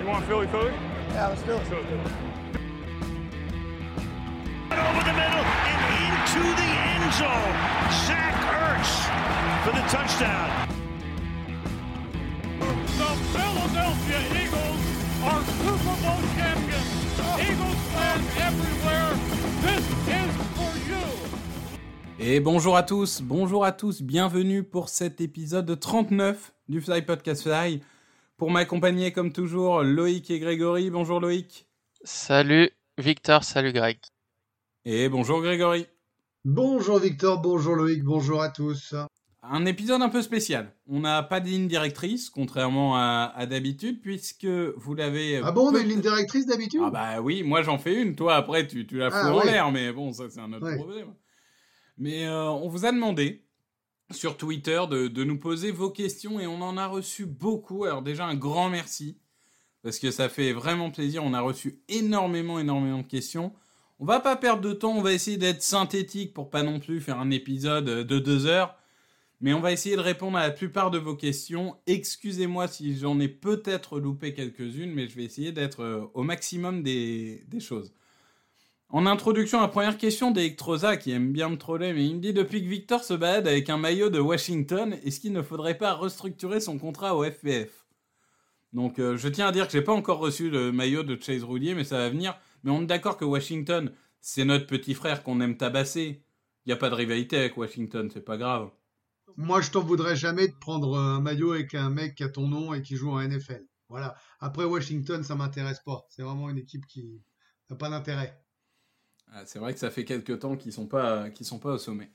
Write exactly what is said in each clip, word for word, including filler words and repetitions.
want Philly Philly? Yeah, let's do it. Over the middle and into the end zone. Zach Ertz for the touchdown. The Philadelphia Eagles are Super Bowl champions. Eagles fans everywhere, this is for you. Et bonjour à tous, bonjour à tous, bienvenue pour cet épisode trente-neuf du Fly Podcast Fly. Pour m'accompagner comme toujours, Loïc et Grégory. Bonjour Loïc. Salut Victor, salut Greg. Et bonjour Grégory. Bonjour Victor, bonjour Loïc, bonjour à tous. Un épisode un peu spécial. On n'a pas de ligne directrice, contrairement à, à d'habitude, puisque vous l'avez... Ah bon, on peu... a une ligne directrice d'habitude ? Ah bah oui, moi j'en fais une, toi après tu, tu la fous ah, en ouais. l'air, mais bon, ça c'est un autre ouais. problème. Mais euh, on vous a demandé sur Twitter de, de nous poser vos questions et on en a reçu beaucoup. Alors déjà un grand merci, parce que ça fait vraiment plaisir, on a reçu énormément, énormément de questions. On va pas perdre de temps, on va essayer d'être synthétique pour pas non plus faire un épisode de deux heures. Mais on va essayer de répondre à la plupart de vos questions. Excusez-moi si j'en ai peut-être loupé quelques-unes, mais je vais essayer d'être au maximum des, des choses. En introduction, la première question d'Electroza, qui aime bien me troller, mais il me dit « Depuis que Victor se balade avec un maillot de Washington, est-ce qu'il ne faudrait pas restructurer son contrat au F P F ?» Donc euh, je tiens à dire que j'ai pas encore reçu le maillot de Chase Roulier, mais ça va venir. Mais on est d'accord que Washington, c'est notre petit frère qu'on aime tabasser. Il n'y a pas de rivalité avec Washington, c'est pas grave. Moi, je t'en voudrais jamais de prendre un maillot avec un mec qui a ton nom et qui joue en N F L. Voilà. Après, Washington, ça m'intéresse pas. C'est vraiment une équipe qui n'a pas d'intérêt. Ah, c'est vrai que ça fait quelques temps qu'ils sont pas, qu'ils sont pas au sommet.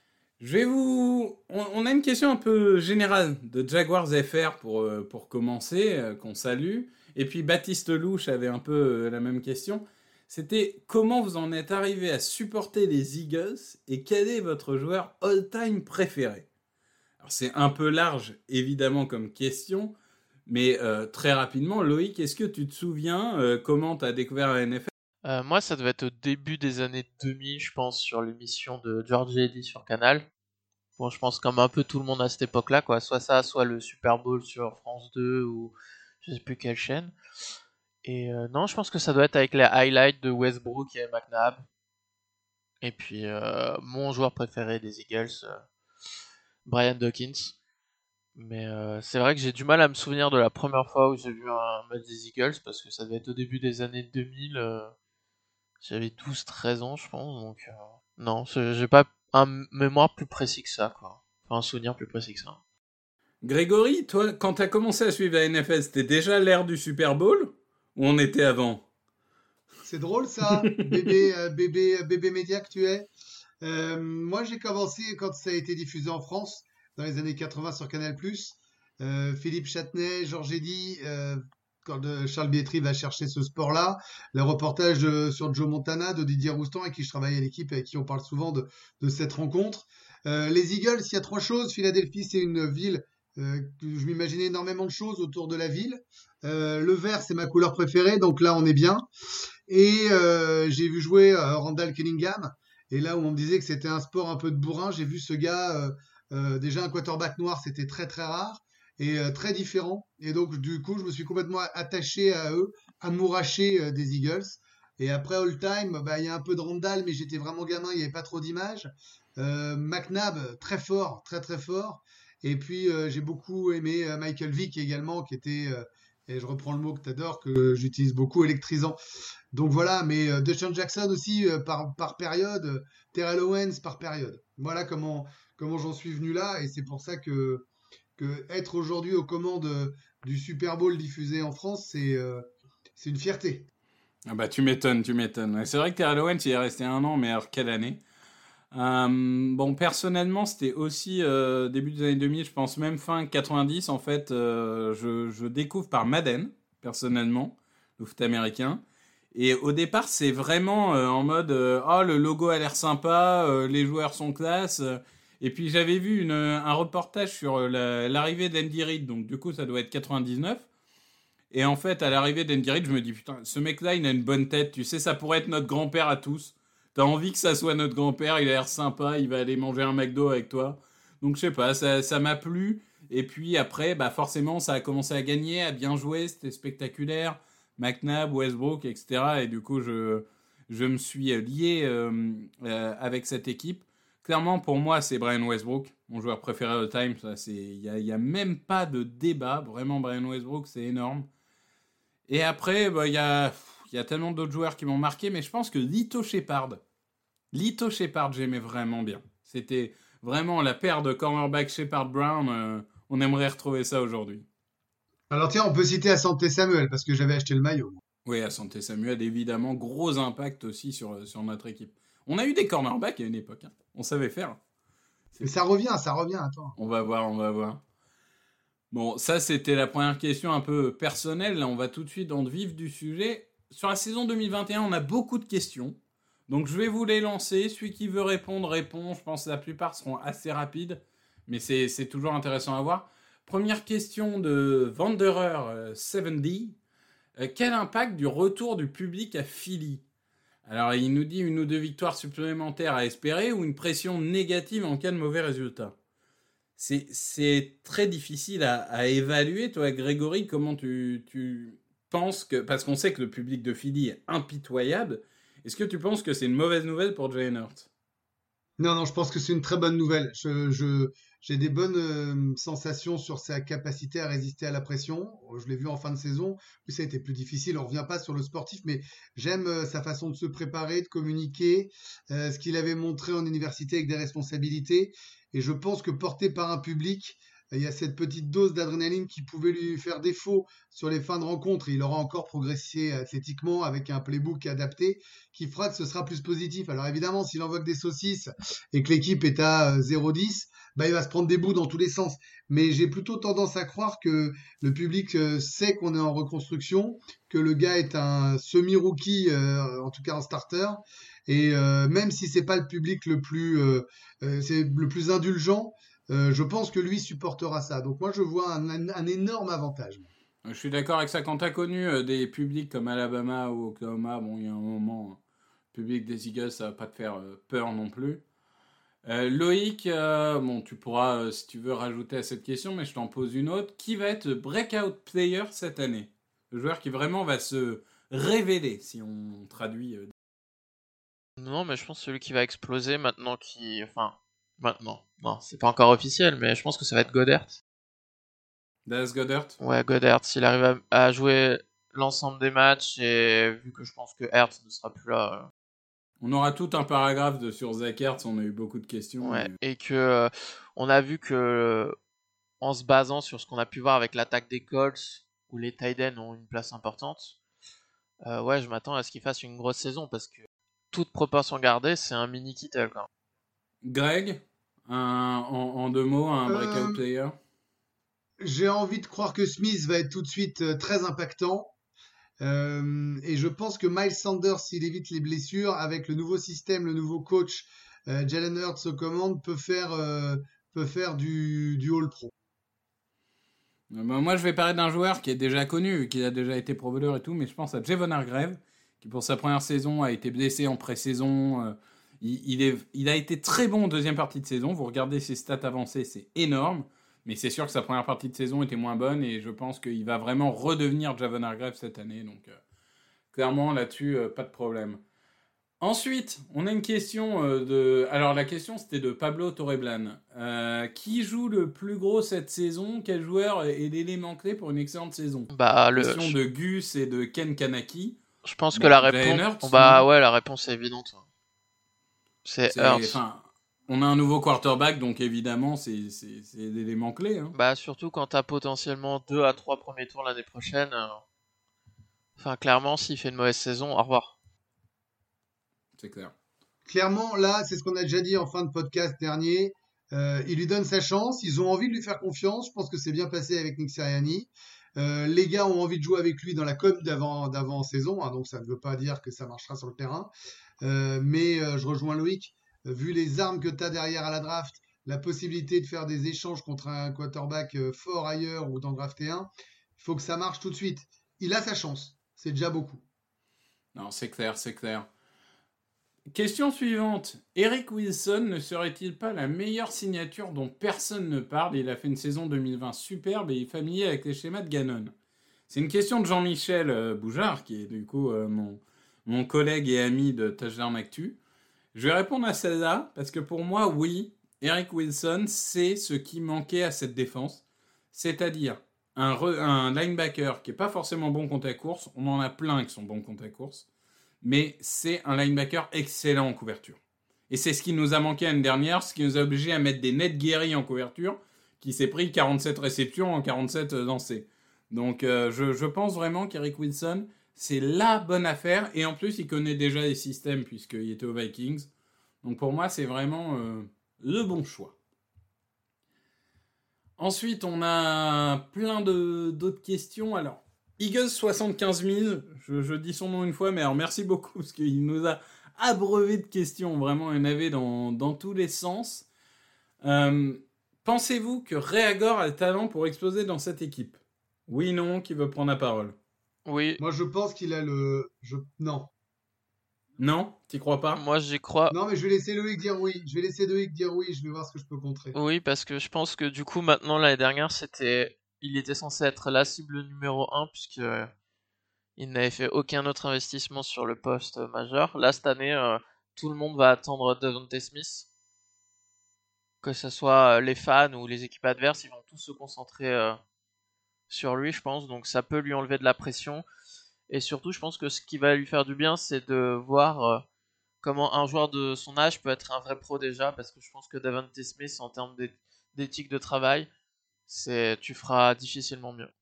Je vais vous... On, on a une question un peu générale de Jaguars F R pour, pour commencer, euh, qu'on salue. Et puis Baptiste Louche avait un peu la même question. C'était comment vous en êtes arrivé à supporter les Eagles et quel est votre joueur all-time préféré ? Alors c'est un peu large, évidemment, comme question, mais euh, très rapidement, Loïc, est-ce que tu te souviens euh, comment tu as découvert la N F L ? euh, Moi, ça devait être au début des années deux mille, je pense, sur l'émission de George Eddy sur Canal. Bon, je pense comme un peu tout le monde à cette époque-là, quoi. Soit ça, soit le Super Bowl sur France deux ou je sais plus quelle chaîne. Et euh, non, je pense que ça doit être avec les highlights de Westbrook et McNabb. Et puis, euh, mon joueur préféré des Eagles... Euh, Brian Dawkins. Mais euh, c'est vrai que j'ai du mal à me souvenir de la première fois où j'ai vu un match des Eagles parce que ça devait être au début des années deux mille. Euh, j'avais douze treize ans, je pense. Donc, euh, non, j'ai pas un mémoire plus précis que ça, quoi. Enfin, un souvenir plus précis que ça. Grégory, toi, quand t'as commencé à suivre la N F L, c'était déjà l'ère du Super Bowl ou on était avant ? C'est drôle ça, bébé, euh, bébé, euh, bébé média que tu es. Euh, moi, j'ai commencé quand ça a été diffusé en France, dans les années quatre-vingts sur Canal+. Euh, Philippe Châtenay, Georges Eddy, euh, quand euh, Charles Bietri va chercher ce sport-là. Le reportage euh, sur Joe Montana de Didier Roustan, avec qui je travaille à l'équipe et avec qui on parle souvent de, de cette rencontre. Euh, les Eagles, il y a trois choses. Philadelphie, c'est une ville, euh, que je m'imaginais énormément de choses autour de la ville. Euh, le vert, c'est ma couleur préférée, donc là, on est bien. Et euh, j'ai vu jouer euh, Randall Cunningham. Et là où on me disait que c'était un sport un peu de bourrin, j'ai vu ce gars, euh, euh, déjà un quarterback noir, c'était très très rare et euh, très différent. Et donc du coup, je me suis complètement attaché à eux, amouraché euh, des Eagles. Et après all time, bah, il y a un peu de Randall, mais j'étais vraiment gamin, il n'y avait pas trop d'images. Euh, McNabb, très fort, très très fort. Et puis euh, j'ai beaucoup aimé euh, Michael Vick également, qui était, euh, et je reprends le mot que tu adores, que j'utilise beaucoup, électrisant. Donc voilà, mais euh, DeSean Jackson aussi euh, par, par période, euh, Terrell Owens par période. Voilà comment, comment j'en suis venu là, et c'est pour ça que, que être aujourd'hui aux commandes euh, du Super Bowl diffusé en France, c'est, euh, c'est une fierté. Ah bah tu m'étonnes, tu m'étonnes. C'est vrai que Terrell Owens, il est resté un an, mais alors quelle année ? euh, Bon, personnellement, c'était aussi euh, début des années deux mille, je pense même fin quatre-vingt-dix, en fait, euh, je, je découvre par Madden, personnellement, le foot américain. Et au départ, c'est vraiment euh, en mode euh, « Oh, le logo a l'air sympa, euh, les joueurs sont classe. » Et puis, j'avais vu une, un reportage sur la, l'arrivée d'Andy Reid. Donc, du coup, ça doit être quatre-vingt-dix-neuf. Et en fait, à l'arrivée d'Andy Reid, je me dis « Putain, ce mec-là, il a une bonne tête. Tu sais, ça pourrait être notre grand-père à tous. T'as envie que ça soit notre grand-père. Il a l'air sympa. Il va aller manger un McDo avec toi. » Donc, je sais pas, ça, ça m'a plu. Et puis après, bah forcément, ça a commencé à gagner, à bien jouer, c'était spectaculaire. McNabb, Westbrook, et cetera. Et du coup, je, je me suis lié euh, euh, avec cette équipe. Clairement, pour moi, c'est Brian Westbrook, mon joueur préféré all time. Il n'y a, y a même pas de débat. Vraiment, Brian Westbrook, c'est énorme. Et après, bah, y a, y a tellement d'autres joueurs qui m'ont marqué, mais je pense que Lito Shepard, Lito Shepard, j'aimais vraiment bien. C'était vraiment la paire de cornerback Shepard-Brown. Euh, on aimerait retrouver ça aujourd'hui. Alors tiens, on peut citer Asante Samuel, parce que j'avais acheté le maillot. Oui, Asante Samuel, évidemment, gros impact aussi sur, sur notre équipe. On a eu des cornerbacks à une époque, hein. On savait faire. Mais ça revient, ça revient, attends. On va voir, on va voir. Bon, ça c'était la première question un peu personnelle. Là, on va tout de suite dans le vif du sujet. Sur la saison deux mille vingt et un, on a beaucoup de questions. Donc je vais vous les lancer. Celui qui veut répondre, répond. Je pense que la plupart seront assez rapides. Mais c'est, c'est toujours intéressant à voir. Première question de Wanderer euh, soixante-dix. Euh, quel impact du retour du public à Philly ? Alors, il nous dit une ou deux victoires supplémentaires à espérer ou une pression négative en cas de mauvais résultat. C'est, c'est très difficile à, à évaluer. Toi, Grégory, comment tu, tu penses que... Parce qu'on sait que le public de Philly est impitoyable. Est-ce que tu penses que c'est une mauvaise nouvelle pour Jalen Hurts ? Non, non, je pense que c'est une très bonne nouvelle. Je, je, j'ai des bonnes euh, sensations sur sa capacité à résister à la pression. Je l'ai vu en fin de saison. Puis ça a été plus difficile. On revient pas sur le sportif, mais j'aime euh, sa façon de se préparer, de communiquer, euh, ce qu'il avait montré en université avec des responsabilités. Et je pense que porté par un public, il y a cette petite dose d'adrénaline qui pouvait lui faire défaut sur les fins de rencontre. Il aura encore progressé athlétiquement avec un playbook adapté qui fera que ce sera plus positif. Alors évidemment, s'il envoie que des saucisses et que l'équipe est à zéro dix, bah, il va se prendre des bouts dans tous les sens. Mais j'ai plutôt tendance à croire que le public sait qu'on est en reconstruction, que le gars est un semi-rookie, euh, en tout cas en starter. Et euh, même si c'est pas le public le plus, euh, euh, c'est le plus indulgent, Euh, je pense que lui supportera ça. Donc moi, je vois un, un, un énorme avantage. Je suis d'accord avec ça. Quand tu as connu euh, des publics comme Alabama ou Oklahoma, bon, il y a un moment, le public des Eagles, ça va pas te faire euh, peur non plus. Euh, Loïc, euh, bon, tu pourras, euh, si tu veux, rajouter à cette question, mais je t'en pose une autre. Qui va être le breakout player cette année ? Le joueur qui vraiment va se révéler, si on traduit. Euh... Non, mais je pense que celui qui va exploser maintenant, qui... Enfin... Maintenant, non, c'est pas encore officiel, mais je pense que ça va être Goddard. Dallas Goddard ? Ouais, Goddard, s'il arrive à, à jouer l'ensemble des matchs, et vu que je pense que Hertz ne sera plus là. Euh... On aura tout un paragraphe de, sur Zach Ertz, on a eu beaucoup de questions. Ouais, mais... et que euh, on a vu que, euh, en se basant sur ce qu'on a pu voir avec l'attaque des Colts, où les tight ends ont une place importante, euh, ouais, je m'attends à ce qu'il fasse une grosse saison, parce que toute proportion gardée, c'est un mini Kittle, quand même. Greg, un, en, en deux mots, un breakout euh, player. J'ai envie de croire que Smith va être tout de suite euh, très impactant. Euh, et je pense que Miles Sanders, s'il évite les blessures, avec le nouveau système, le nouveau coach, euh, Jalen Hurts aux commandes, peut faire, euh, peut faire du, du All-Pro. Euh, moi, je vais parler d'un joueur qui est déjà connu, qui a déjà été Pro Bowler et tout, mais je pense à Javon Hargrave, qui pour sa première saison a été blessé en pré-saison. Euh, il, il, est, il a été très bon en deuxième partie de saison. Vous regardez ses stats avancées, c'est énorme. Mais c'est sûr que sa première partie de saison était moins bonne et je pense qu'il va vraiment redevenir Javon Hargrave cette année. Donc, euh, clairement, là-dessus, euh, pas de problème. Ensuite, on a une question euh, de... Alors, la question, c'était de Pablo Torreblan. Euh, qui joue le plus gros cette saison ? Quel joueur est l'élément clé pour une excellente saison ? Bah, le... Question de Gus et de Ken Kanaki. Je pense bon, que la réponse... Bah, ouais, la réponse est évidente. C'est, c'est Hurts. On a un nouveau quarterback, donc évidemment, c'est, c'est, c'est l'élément clé. Hein. Bah, surtout quand t'as potentiellement deux à trois premiers tours l'année prochaine. Euh... Enfin, clairement, s'il fait une mauvaise saison, au revoir. C'est clair. Clairement, là, c'est ce qu'on a déjà dit en fin de podcast dernier. Euh, il lui donne sa chance. Ils ont envie de lui faire confiance. Je pense que c'est bien passé avec Nick Sirianni. Euh, les gars ont envie de jouer avec lui dans la com d'avant, d'avant saison. Hein, donc, ça ne veut pas dire que ça marchera sur le terrain. Euh, mais euh, je rejoins Loïc. Vu les armes que tu as derrière à la draft, la possibilité de faire des échanges contre un quarterback fort ailleurs ou d'en drafter un, il faut que ça marche tout de suite. Il a sa chance, c'est déjà beaucoup. Non, c'est clair, c'est clair. Question suivante. Eric Wilson ne serait-il pas la meilleure signature dont personne ne parle? Il a fait une saison deux mille vingt superbe et est familier avec les schémas de Gannon. C'est une question de Jean-Michel euh, Boujard, qui est du coup euh, mon, mon collègue et ami de Touchdown Actu. Je vais répondre à celle-là, parce que pour moi, oui, Eric Wilson, c'est ce qui manquait à cette défense. C'est-à-dire un, re, un linebacker qui n'est pas forcément bon contre la course. On en a plein qui sont bons contre la course. Mais c'est un linebacker excellent en couverture. Et c'est ce qui nous a manqué l'année dernière, ce qui nous a obligé à mettre des Ned Gary en couverture, qui s'est pris quarante-sept réceptions en quarante-sept lancés. Donc euh, je, je pense vraiment qu'Eric Wilson, c'est la bonne affaire. Et en plus, il connaît déjà les systèmes, puisqu'il était aux Vikings. Donc pour moi, c'est vraiment euh, le bon choix. Ensuite, on a plein de, d'autres questions. Alors, Eagles soixante-quinze mille, je, je dis son nom une fois, mais alors merci beaucoup, parce qu'il nous a abreuvé de questions. Vraiment, il y en avait dans, dans tous les sens. Euh, pensez-vous que Reagor a le talent pour exploser dans cette équipe? Oui, non, qui veut prendre la parole? Oui. Moi, je pense qu'il a le... Je... Non. Non? T'y crois pas? Moi, j'y crois. Non, mais je vais laisser Loïc dire oui. Je vais laisser Loïc dire oui. Je vais voir ce que je peux contrer. Oui, parce que je pense que du coup, maintenant, l'année dernière, c'était... il était censé être la cible numéro un, puisque il n'avait fait aucun autre investissement sur le poste majeur. Là, cette année, euh, tout le monde va attendre Devontae Smith. Que ce soit les fans ou les équipes adverses, ils vont tous se concentrer euh, sur lui, je pense. Donc ça peut lui enlever de la pression. Et surtout, je pense que ce qui va lui faire du bien, c'est de voir euh, comment un joueur de son âge peut être un vrai pro déjà. Parce que je pense que Devontae Smith, en termes d'éthique de travail, c'est, tu feras difficilement mieux.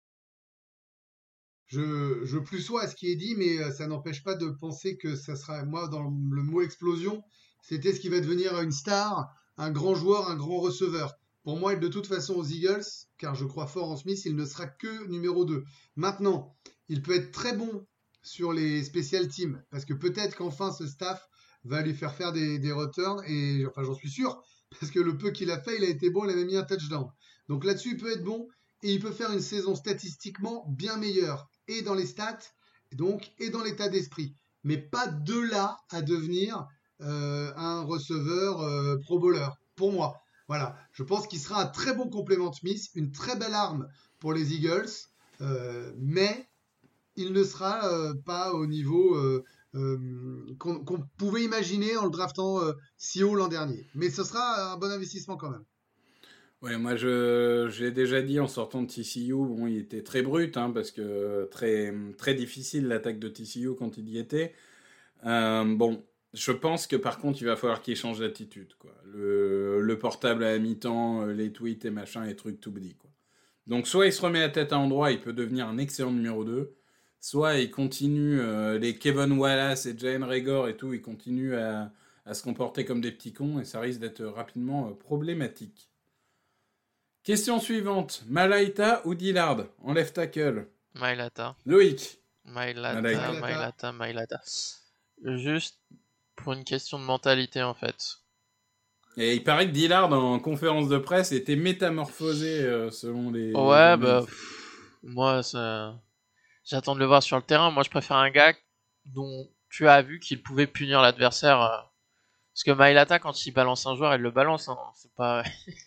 Je, je plus sois à ce qui est dit, mais euh, ça n'empêche pas de penser que ça sera, moi, dans le mot explosion, c'était ce qui va devenir une star, un grand joueur, un grand receveur. Pour moi, de toute façon, aux Eagles, car je crois fort en Smith, il ne sera que numéro deux. Maintenant, il peut être très bon sur les special teams, parce que peut-être qu'enfin ce staff va lui faire faire des, des returns, et enfin j'en suis sûr, parce que le peu qu'il a fait, il a été bon, il avait mis un touchdown. Donc là-dessus, il peut être bon, et il peut faire une saison statistiquement bien meilleure, et dans les stats, donc, et dans l'état d'esprit. Mais pas de là à devenir euh, un receveur euh, pro bowler, pour moi. Voilà, je pense qu'il sera un très bon complément de Smith, une très belle arme pour les Eagles, euh, mais il ne sera euh, pas au niveau euh, euh, qu'on, qu'on pouvait imaginer en le draftant euh, si haut l'an dernier. Mais ce sera un bon investissement quand même. Ouais, moi je j'ai déjà dit en sortant de T C U, bon, il était très brut, hein, parce que très, très difficile l'attaque de T C U quand il y était. Euh, bon, je pense que par contre, il va falloir qu'il change d'attitude, quoi. Le, le portable à la mi-temps, les tweets et machin, les trucs tout dit, quoi. Donc soit il se remet la tête à l'endroit, il peut devenir un excellent numéro deux, soit il continue, euh, les Kevin Wallace et Jalen Reagor et tout, ils continuent à, à se comporter comme des petits cons, et ça risque d'être rapidement euh, problématique. Question suivante. Malaita ou Dillard en left tackle? Mailata. Loïc. Mailata, Mailata. Mailata, Mailata. Juste pour une question de mentalité, en fait. Et il paraît que Dillard, en conférence de presse, était métamorphosé euh, selon les... Ouais, les bah... Pff, moi, ça... j'attends de le voir sur le terrain. Moi, je préfère un gars dont tu as vu qu'il pouvait punir l'adversaire. Euh... Parce que Mailata, quand il balance un joueur, il le balance. Hein. C'est pas...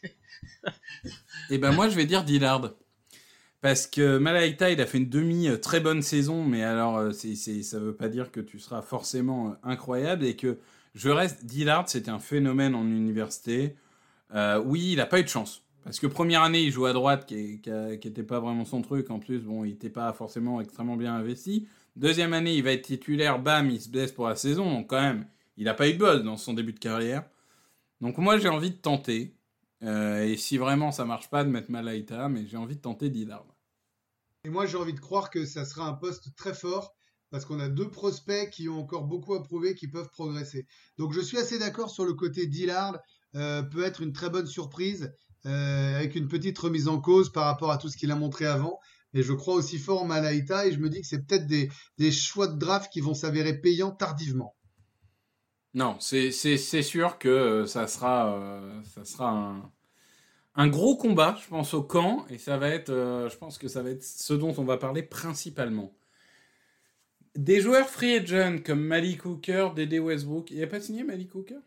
Et ben moi je vais dire Dillard, parce que Malaita il a fait une demi très bonne saison, mais alors c'est, c'est, ça veut pas dire que tu seras forcément incroyable, et que je reste Dillard, c'était un phénomène en université. Euh, oui, il a pas eu de chance, parce que première année il joue à droite, qui, qui, a, qui était pas vraiment son truc, en plus bon il était pas forcément extrêmement bien investi. Deuxième année il va être titulaire, bam il se blesse pour la saison, donc quand même il a pas eu de bol dans son début de carrière. Donc moi j'ai envie de tenter. Euh, et si vraiment ça marche pas, de mettre Malaita, mais j'ai envie de tenter Dillard. Et moi j'ai envie de croire que ça sera un poste très fort, parce qu'on a deux prospects qui ont encore beaucoup à prouver, qui peuvent progresser. Donc je suis assez d'accord sur le côté Dillard, euh, peut être une très bonne surprise, euh, avec une petite remise en cause par rapport à tout ce qu'il a montré avant. Et je crois aussi fort en Malaita, et je me dis que c'est peut-être des, des choix de draft qui vont s'avérer payants tardivement. Non, c'est, c'est, c'est sûr que ça sera, euh, ça sera un, un gros combat, je pense, au camp, et ça va être, euh, je pense que ça va être ce dont on va parler principalement. des joueurs free agent comme Malik Hooker, Dede Westbrook, il n'a pas signé Malik Hooker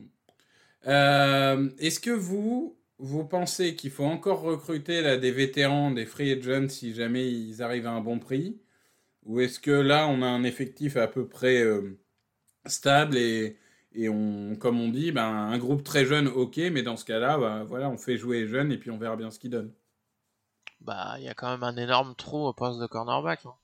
euh, Est-ce que vous, vous pensez qu'il faut encore recruter là, des vétérans, des free agents si jamais ils arrivent à un bon prix? Ou est-ce que là, on a un effectif à peu près euh, stable et, et on, comme on dit, ben, un groupe très jeune, ok, mais dans ce cas-là, ben, voilà, on fait jouer les jeunes et puis on verra bien ce qu'ils donnent. Bah, il y a quand même un énorme trou au poste de cornerback. Hein.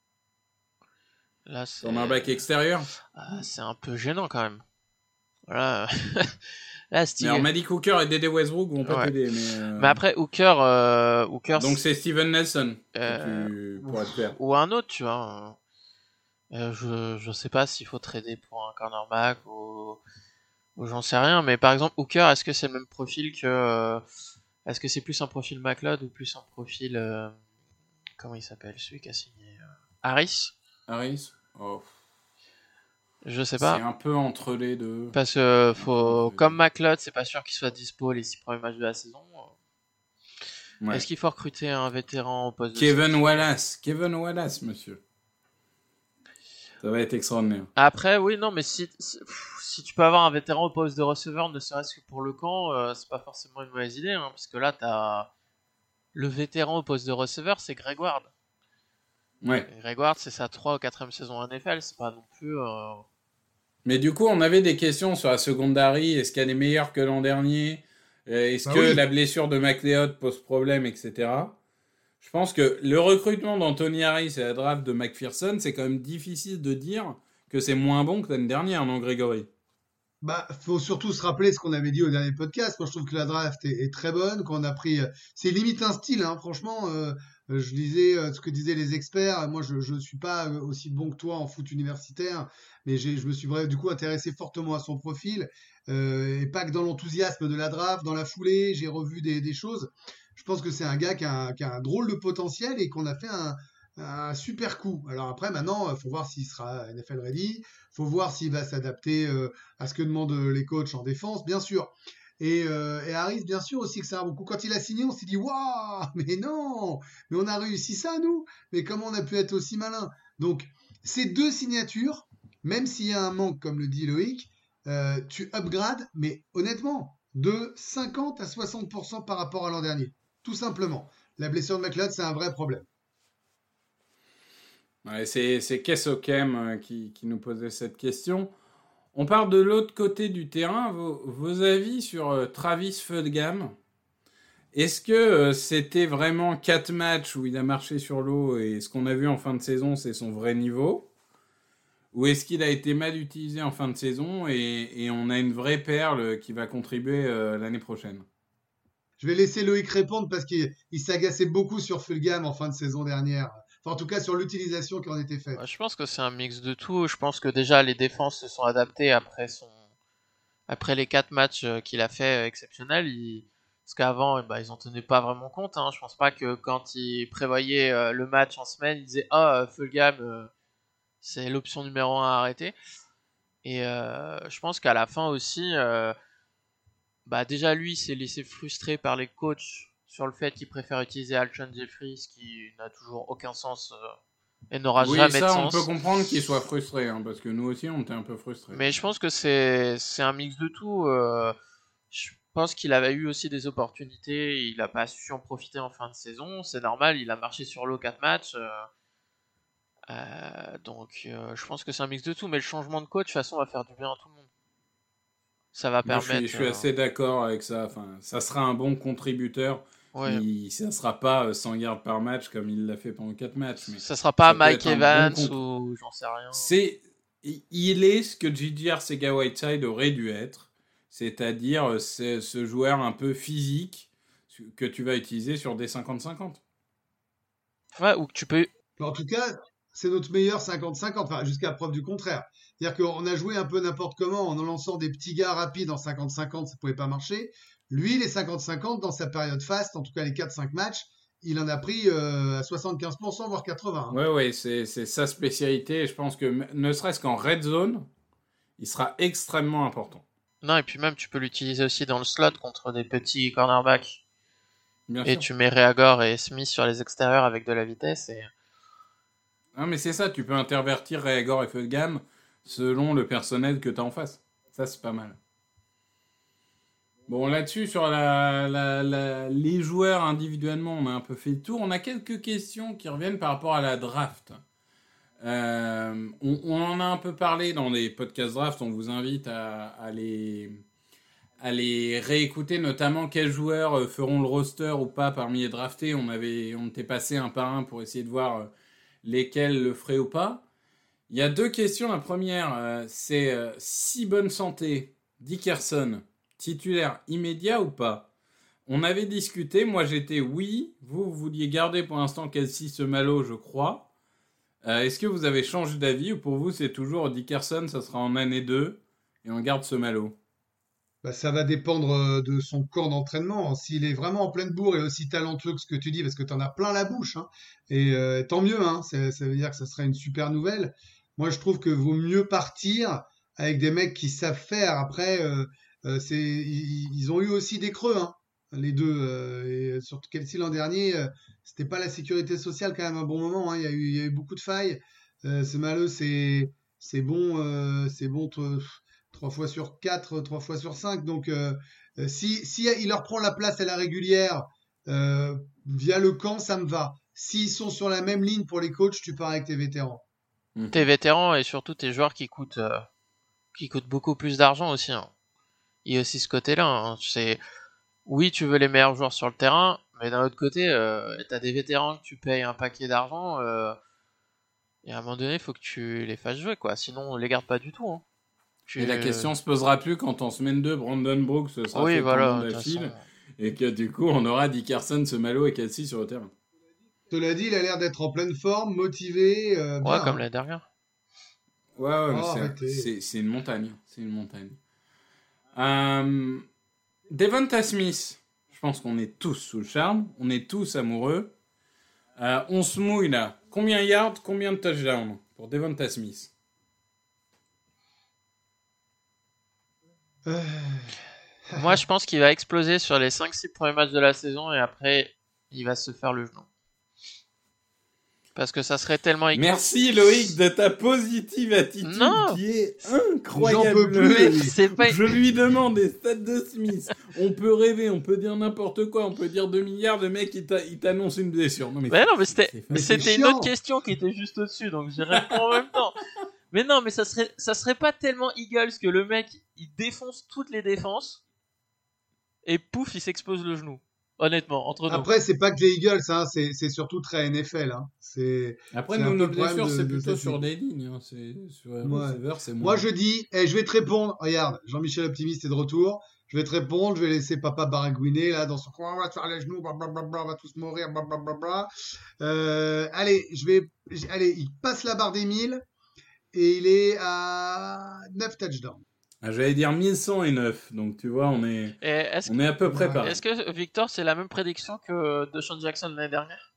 Là, c'est... Cornerback extérieur ah, c'est un peu gênant quand même. Voilà. Là, Steve... Mais alors, Malik Hooker et Dede Westbrook vont pas ouais. t'aider. Mais, euh... mais après, Hooker... Euh, Hooker Donc c'est Steven Nelson euh... tu... pour être clair. Ou un autre, tu vois. Euh, je, je sais pas s'il faut trader pour un cornerback ou... ou j'en sais rien. Mais par exemple, Hooker, est-ce que c'est le même profil que... Euh... Est-ce que c'est plus un profil McLeod ou plus un profil... Euh... Comment il s'appelle, celui qui a signé euh... Harris Harris oh. Je sais pas. C'est un peu entre les deux. Parce que faut, comme McLeod, c'est pas sûr qu'il soit dispo les six premiers matchs de la saison. Ouais. Est-ce qu'il faut recruter un vétéran au poste de Kevin de Wallace, Kevin Wallace, monsieur. Ça va être extraordinaire. Après, oui, non, mais si, si, si tu peux avoir un vétéran au poste de receveur, ne serait-ce que pour le camp, euh, c'est pas forcément une mauvaise idée, hein, parce que là, t'as le vétéran au poste de receveur, c'est Greg Ward. Ouais. Greg Ward, c'est sa troisième ou quatrième saison en N F L, c'est pas non plus... Euh... Mais du coup, on avait des questions sur la secondary. Est-ce qu'elle est meilleure que l'an dernier? Est-ce bah que oui. la blessure de McLeod pose problème, et cetera. Je pense que le recrutement d'Anthony Harris et la draft de McPherson, c'est quand même difficile de dire que c'est moins bon que l'année dernière, non, Grégory? Bah, faut surtout se rappeler ce qu'on avait dit au dernier podcast. Moi, je trouve que la draft est, est très bonne, qu'on a pris... C'est limite un style, hein, franchement... Euh... Je lisais euh, ce que disaient les experts. Moi, je ne suis pas euh, aussi bon que toi en foot universitaire, mais j'ai, je me suis vraiment, du coup intéressé fortement à son profil. Euh, et pas que dans l'enthousiasme de la draft, dans la foulée, j'ai revu des, des choses. Je pense que c'est un gars qui a, qui a un drôle de potentiel et qu'on a fait un, un super coup. Alors après, maintenant, il faut voir s'il sera N F L ready. Il faut voir s'il va s'adapter euh, à ce que demandent les coachs en défense, bien sûr. Et, euh, et Harris, bien sûr aussi que ça a beaucoup. Quand il a signé, on s'est dit waouh, mais non, mais on a réussi ça nous. Mais comment on a pu être aussi malin? Donc ces deux signatures, même s'il y a un manque, comme le dit Loïc, euh, tu upgrades, mais honnêtement, de cinquante à soixante pour cent par rapport à l'an dernier, tout simplement. La blessure de McLeod, c'est un vrai problème. Ouais, c'est c'est Kesokem qui, qui nous posait cette question. On part de l'autre côté du terrain. Vos, vos avis sur euh, Travis Fulgham. Est-ce que euh, c'était vraiment quatre matchs où il a marché sur l'eau et ce qu'on a vu en fin de saison, c'est son vrai niveau? Ou est-ce qu'il a été mal utilisé en fin de saison et, et on a une vraie perle qui va contribuer euh, l'année prochaine? Je vais laisser Loïc répondre parce qu'il il s'agaçait beaucoup sur Fulgham en fin de saison dernière. Enfin, en tout cas, sur l'utilisation qui en était faite. Je pense que c'est un mix de tout. Je pense que déjà, les défenses se sont adaptées après, son... après les quatre matchs qu'il a fait exceptionnels. Il... Parce qu'avant, bah, ils n'en tenaient pas vraiment compte. Hein. Je pense pas que quand ils prévoyaient le match en semaine, ils disaient « Ah, oh, Fulgham, euh, c'est l'option numéro un à arrêter. » Et euh, je pense qu'à la fin aussi, euh, bah, déjà lui, il s'est laissé frustrer par les coachs sur le fait qu'il préfère utiliser Alshon Jeffrey, ce qui n'a toujours aucun sens euh, et n'aura oui, jamais ça, de sens. Oui, ça, on peut comprendre qu'il soit frustré, hein, parce que nous aussi, on était un peu frustrés. Mais je pense que c'est, c'est un mix de tout. Euh, je pense qu'il avait eu aussi des opportunités, il n'a pas su en profiter en fin de saison. C'est normal, il a marché sur l'eau quatre matchs. Euh, euh, donc, euh, je pense que c'est un mix de tout. Mais le changement de coach, de toute façon, va faire du bien à tout le monde. Ça va Moi, permettre... Je suis, je suis assez euh... d'accord avec ça. Enfin, ça sera un bon contributeur. Ouais. Il, ça ne sera pas cent yards par match comme il l'a fait pendant quatre matchs. Mais ça ne sera pas ça Mike Evans bon ou j'en sais rien. C'est, il est ce que J J Arcega-Whiteside aurait dû être. C'est-à-dire c'est ce joueur un peu physique que tu vas utiliser sur des cinquante cinquante. Ouais, ou que tu peux... En tout cas, c'est notre meilleur cinquante cinquante, enfin, jusqu'à preuve du contraire. C'est-à-dire qu'on a joué un peu n'importe comment en en lançant des petits gars rapides en cinquante cinquante, ça ne pouvait pas marcher. Lui, les cinquante cinquante, dans sa période fast, en tout cas les quatre cinq matchs, il en a pris euh, à soixante-quinze pour cent, voire quatre-vingts pour cent. Oui, hein. ouais, c'est, c'est sa spécialité. Et je pense que ne serait-ce qu'en red zone, il sera extrêmement important. Non, et puis même, tu peux l'utiliser aussi dans le slot contre des petits cornerbacks. Bien et sûr. Tu mets Reagor et Smith sur les extérieurs avec de la vitesse. Et... Ah, mais c'est ça, tu peux intervertir Reagor et Feu de gamme selon le personnel que tu as en face. Ça, c'est pas mal. Bon, là-dessus, sur la, la, la, les joueurs individuellement, on a un peu fait le tour. On a quelques questions qui reviennent par rapport à la draft. Euh, on, on en a un peu parlé dans les podcasts draft. On vous invite à, à, les, à les réécouter, notamment quels joueurs feront le roster ou pas parmi les draftés. On, avait, on était passé un par un pour essayer de voir lesquels le feraient ou pas. Il y a deux questions. La première, euh, c'est euh, si bonne santé, Dickerson, titulaire immédiat ou pas? On avait discuté, moi j'étais oui, vous, vous vouliez garder pour l'instant Kelsey Semalo, je crois. Euh, est-ce que vous avez changé d'avis ou pour vous c'est toujours Dickerson, ça sera en année deux et on garde Semalo? Bah, ça va dépendre de son corps d'entraînement. S'il est vraiment en pleine bourre et aussi talentueux que ce que tu dis, parce que tu en as plein la bouche, hein, et euh, tant mieux, hein, ça, ça veut dire que ça serait une super nouvelle. Moi je trouve que vaut mieux partir avec des mecs qui savent faire. Après, euh, euh, c'est, ils, ils ont eu aussi des creux, hein, les deux. Euh, et surtout Kelsey l'an dernier, euh, c'était pas la sécurité sociale quand même un bon moment. Hein, il y a eu, il y a eu beaucoup de failles. Euh, c'est malheureux, c'est, c'est bon, euh, c'est bon. T- trois fois sur quatre, trois fois sur cinq. Donc, euh, si, si il leur prend la place à la régulière euh, via le camp, ça me va. S'ils sont sur la même ligne pour les coachs, tu pars avec tes vétérans. Mmh. Tes vétérans et surtout tes joueurs qui coûtent, euh, qui coûtent beaucoup plus d'argent aussi. Hein. Il y a aussi ce côté-là. Hein. C'est... Oui, tu veux les meilleurs joueurs sur le terrain, mais d'un autre côté, euh, tu as des vétérans que tu payes un paquet d'argent. Euh, et à un moment donné, il faut que tu les fasses jouer, quoi. Sinon, on les garde pas du tout. Hein. Tu... Et la question se posera plus quand en semaine deux, Brandon Brooks sera oui, fait voilà, d'affile façon... et que du coup, on aura Dickerson, Semalo et Kelsey sur le terrain. Cela dit, il a l'air d'être en pleine forme, motivé. Euh, ouais, bien, comme hein. l'année dernière. Ouais, ouais, oh, c'est, c'est, c'est une montagne. C'est une montagne. Euh, Devonta Smith, je pense qu'on est tous sous le charme. On est tous amoureux. Euh, on se mouille là. Combien de yards, combien de touchdowns pour Devonta Smith? Euh... Moi, je pense qu'il va exploser sur les cinq six premiers matchs de la saison et après, il va se faire le genou. Parce que ça serait tellement... Merci Loïc de ta positive attitude non, qui est incroyable. J'en peux plus. C'est pas... Je lui demande des stats de Smith. On peut rêver, on peut dire n'importe quoi, on peut dire deux milliards, de mec il, t'a, il t'annonce une blessure. Non mais, mais non, mais c'était, mais c'était une autre question qui était juste au-dessus, donc j'y réponds en même temps. Mais non, mais ça serait, ça serait pas tellement Eagles que le mec il défonce toutes les défenses et pouf, il s'expose le genou. Honnêtement, entre nous. Après, c'est pas que les Eagles, hein, c'est, c'est surtout très N F L. Hein. C'est, Après, c'est nous, nos peu le problème blessures, de- c'est de plutôt cette sur ligue. des lignes. Hein. C'est, sur un Ouais. receiver, c'est moins. Moi, je dis, eh, je vais te répondre. Regarde, Jean-Michel Optimiste est de retour. Je vais te répondre. Je vais laisser papa baragouiner là dans son coin. On va te faire les genoux, blablabla, on va tous mourir, blablabla. Euh, allez, je vais, j- allez, il passe la barre des mille et il est à neuf touchdowns. Ah, j'allais dire mille cent neuf, donc tu vois, on est, Et est-ce, on est à peu près Ouais. pareil. est-ce que Victor, c'est la même prédiction que DeSean Jackson l'année dernière?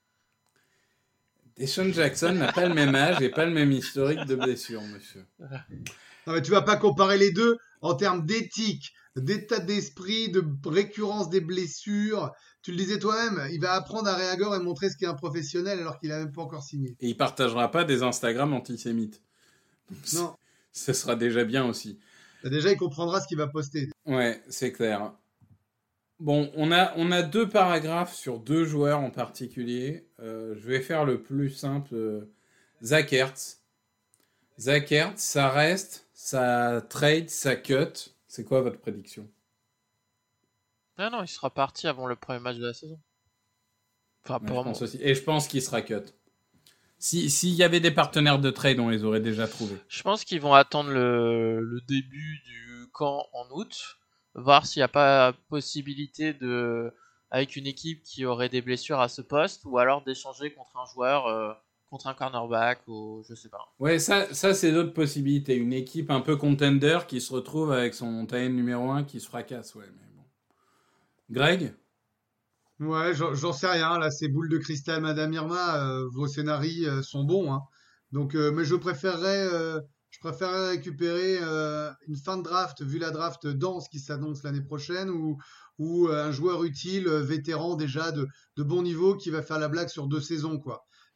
DeSean Jackson n'a pas le même âge et pas le même historique de blessure, monsieur. Non, mais tu vas pas comparer les deux en termes d'éthique, d'état d'esprit, de récurrence des blessures. Tu le disais toi-même, il va apprendre à Reagor et montrer ce qu'est un professionnel alors qu'il a même pas encore signé. Et il partagera pas des Instagram antisémites. Donc, c'est- Non, ce sera déjà bien aussi. déjà il comprendra ce qu'il va poster. Ouais, c'est clair. Bon, on a, on a deux paragraphes sur deux joueurs en particulier. Euh, je vais faire le plus simple. euh, Zach Ertz. Zach Ertz, ça reste, ça trade, ça cut. C'est quoi votre prédiction? Non, non, il sera parti avant le premier match de la saison. Enfin, Ouais, je pour pense moi. aussi. Et je pense qu'il sera cut. Si, s'il y avait des partenaires de trade, on les aurait déjà trouvés. Je pense qu'ils vont attendre le, le début du camp en août, voir s'il n'y a pas possibilité de, avec une équipe qui aurait des blessures à ce poste, ou alors d'échanger contre un joueur, euh, contre un cornerback, ou je sais pas. Ouais, ça, ça c'est d'autres possibilités. Une équipe un peu contender qui se retrouve avec son taille numéro un qui se fracasse. Ouais, mais bon. Greg? Ouais, j'en, j'en sais rien. Là, ces boules de cristal, Madame Irma, euh, vos scénarii euh, sont bons. Hein. Donc, euh, mais je préférerais, euh, je préférerais récupérer euh, une fin de draft, vu la draft dense qui s'annonce l'année prochaine, ou, ou euh, un joueur utile, euh, vétéran déjà de, de bon niveau, qui va faire la blague sur deux saisons, quoi.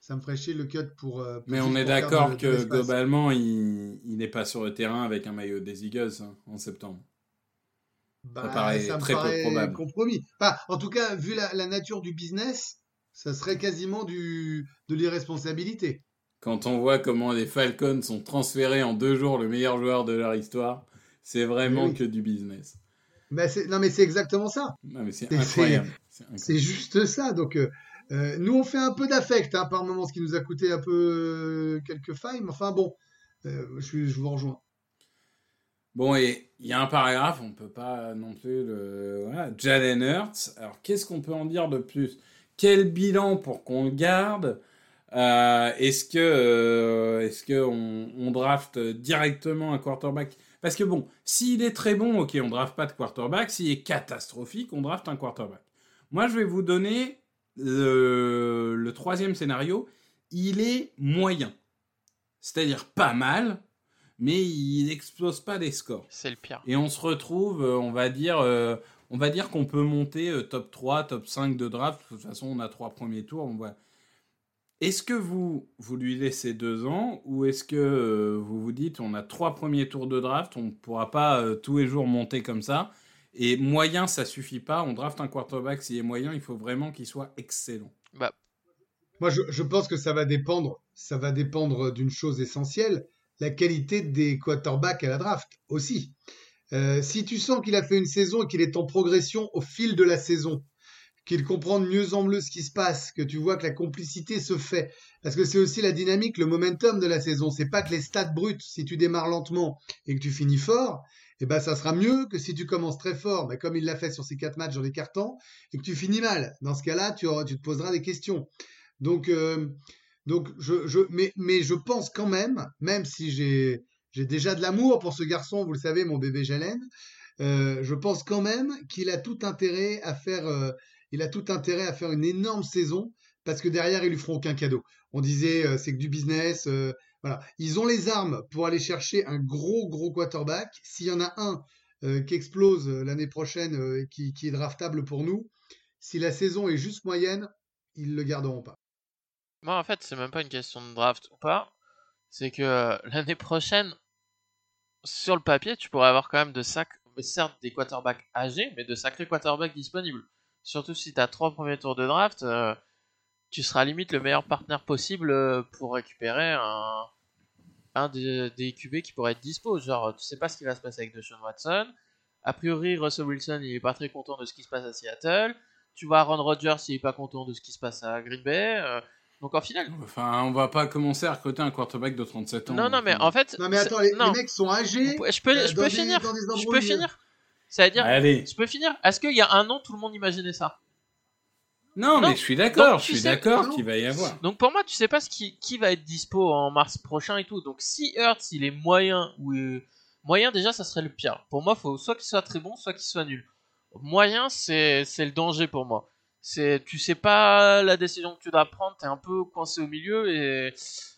ça me ferait chier le cut pour. Euh, pour Mais on est pour d'accord de, de que l'espace. globalement, il il n'est pas sur le terrain avec un maillot des Eagles hein, en septembre. Bah, ça paraît ça me très paraît peu probable. compromis. Enfin, en tout cas, vu la, la nature du business, ça serait quasiment du, de l'irresponsabilité. Quand on voit comment les Falcons ont transféré en deux jours le meilleur joueur de leur histoire, c'est vraiment Oui. que du business. Bah, c'est, non, mais c'est exactement ça. Non, mais c'est C'est- incroyable. C'est incroyable. C'est juste ça. Donc, euh, euh, nous, on fait un peu d'affect hein, par moment, ce qui nous a coûté un peu euh, quelques failles. Mais enfin, bon, euh, je, suis- je vous rejoins. Bon, et il y a un paragraphe, on ne peut pas non plus le... Voilà, Jalen Hurts. Alors, qu'est-ce qu'on peut en dire de plus? Quel bilan pour qu'on le garde? Euh, est-ce que, euh, est-ce que on, on draft directement un quarterback? Parce que bon, s'il est très bon, ok, on draft pas de quarterback. S'il est catastrophique, on draft un quarterback. Moi, je vais vous donner le, le troisième scénario. Il est moyen. C'est-à-dire pas mal, mais il n'explose pas les scores. C'est le pire. Et on se retrouve, euh, on va dire, euh, on va dire qu'on peut monter euh, top trois, top cinq de draft. De toute façon, on a trois premiers tours. On voit. Est-ce que vous, vous lui laissez deux ans ou est-ce que euh, vous vous dites on a trois premiers tours de draft, on ne pourra pas euh, tous les jours monter comme ça et moyen ça suffit pas, on draft un quarterback s'il est moyen, il faut vraiment qu'il soit excellent. Bah, Moi, je, je pense que ça va dépendre, ça va dépendre d'une chose essentielle, la qualité des quarterbacks à la draft aussi. Euh, si tu sens qu'il a fait une saison et qu'il est en progression au fil de la saison, qu'il comprend de mieux en mieux ce qui se passe, que tu vois que la complicité se fait, parce que c'est aussi la dynamique, le momentum de la saison. C'est pas que les stats brutes, si tu démarres lentement et que tu finis fort, eh ben ça sera mieux que si tu commences très fort, ben comme il l'a fait sur ces quatre matchs dans les cartons, et que tu finis mal. Dans ce cas-là, tu, auras, tu te poseras des questions. Donc, euh, donc je, je, mais, mais je pense quand même, même si j'ai, j'ai déjà de l'amour pour ce garçon, vous le savez, mon bébé Jalen, euh, je pense quand même qu'il a tout intérêt à faire, euh, il a tout intérêt à faire une énorme saison parce que derrière ils lui feront aucun cadeau. On disait euh, c'est que du business, euh, voilà. Ils ont les armes pour aller chercher un gros gros quarterback. S'il y en a un euh, qui explose euh, l'année prochaine, euh, qui, qui est draftable pour nous, si la saison est juste moyenne, ils le garderont pas. moi, en fait, c'est même pas une question de draft ou pas. C'est que euh, l'année prochaine, sur le papier, tu pourrais avoir quand même de sac, certes des quarterbacks âgés, mais de sacrés quarterbacks disponibles. Surtout si tu as trois premiers tours de draft, euh, tu seras limite le meilleur partenaire possible euh, pour récupérer un, un des, des Q B qui pourrait être dispo. Genre, tu sais pas ce qui va se passer avec Deshaun Watson. A priori, Russell Wilson, il est pas très content de ce qui se passe à Seattle. Tu vois Aaron Rodgers, il est pas content de ce qui se passe à Green Bay. Euh, donc en final... Enfin, on va pas commencer à recruter un quarterback de trente-sept ans. Non, non, mais en fait... Non mais attends, les, non. les mecs sont âgés. Je peux, euh, je dans peux des- finir. dans des Je peux embrouilles. finir. C'est-à-dire, Allez. je peux finir. Est-ce qu'il y a un an, tout le monde imaginait ça? Non, Non. mais je suis d'accord, Donc, je tu suis sais- d'accord non. qu'il va y avoir. Donc pour moi, tu sais pas ce qui, qui va être dispo en mars prochain et tout. Donc si Hurts il est moyen ou euh, moyen déjà, ça serait le pire. Pour moi, faut soit qu'il soit très bon, soit qu'il soit nul. Moyen, c'est c'est le danger pour moi. C'est tu sais pas la décision que tu dois prendre, t'es un peu coincé au milieu et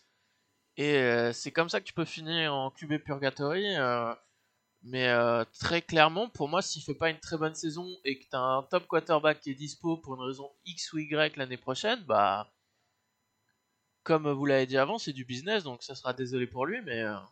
et euh, c'est comme ça que tu peux finir en Q B purgatory. euh, mais euh, très clairement, pour moi, s'il fait pas une très bonne saison et que t'as un top quarterback qui est dispo pour une raison X ou Y l'année prochaine, bah comme vous l'avez dit avant, c'est du business, donc ça sera désolé pour lui, mais euh,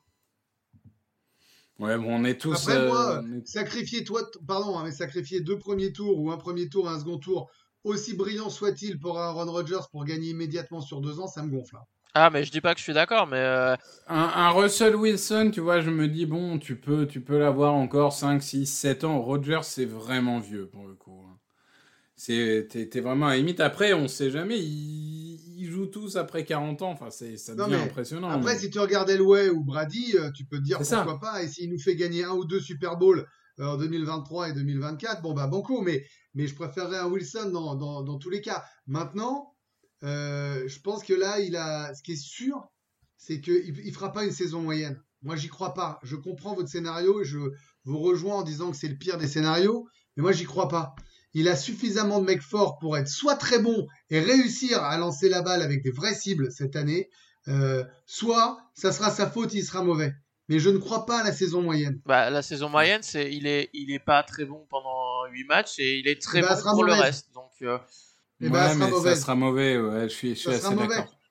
Ouais, bon, on est tous... Après, euh, moi, on est- sacrifier toi, t- pardon, hein, mais sacrifier deux premiers tours ou un premier tour et un second tour, aussi brillant soit-il pour Aaron Rodgers pour gagner immédiatement sur deux ans, ça me gonfle. hein. ah, mais je dis pas que je suis d'accord, mais euh, Un, un Russell Wilson, tu vois, je me dis, bon, tu peux, tu peux l'avoir encore cinq, six, sept ans. Rodgers, c'est vraiment vieux, pour le coup. C'est, t'es, t'es vraiment à la limite. Après, on sait jamais, ils, ils jouent tous après quarante ans. Enfin, c'est, ça Non, devient mais impressionnant. Après, mais- si tu regardes Elway ou Brady, euh, tu peux te dire C'est pourquoi pas. Et s'il nous fait gagner un ou deux Super Bowl euh, en deux mille vingt-trois et deux mille vingt-quatre, bon bah banco. Mais, mais je préférerais un Wilson dans, dans, dans tous les cas. Maintenant, euh, je pense que là, il a. Ce qui est sûr, c'est qu'il il fera pas une saison moyenne. Moi, j'y crois pas. Je comprends votre scénario et je vous rejoins en disant que c'est le pire des scénarios. Mais moi, j'y crois pas. Il a suffisamment de mecs forts pour être soit très bon et réussir à lancer la balle avec des vraies cibles cette année, euh, soit ça sera sa faute, il sera mauvais. Mais je ne crois pas à la saison moyenne. bah, la saison moyenne, c'est il est il est pas très bon pendant huit matchs et il est très Eh ben, elle bon sera pour le mauvaise. reste. Donc euh, Eh ouais, ben, elle sera mais mauvaise. ça sera mauvais. Ouais, je suis, je suis Ça sera assez mauvais. d'accord.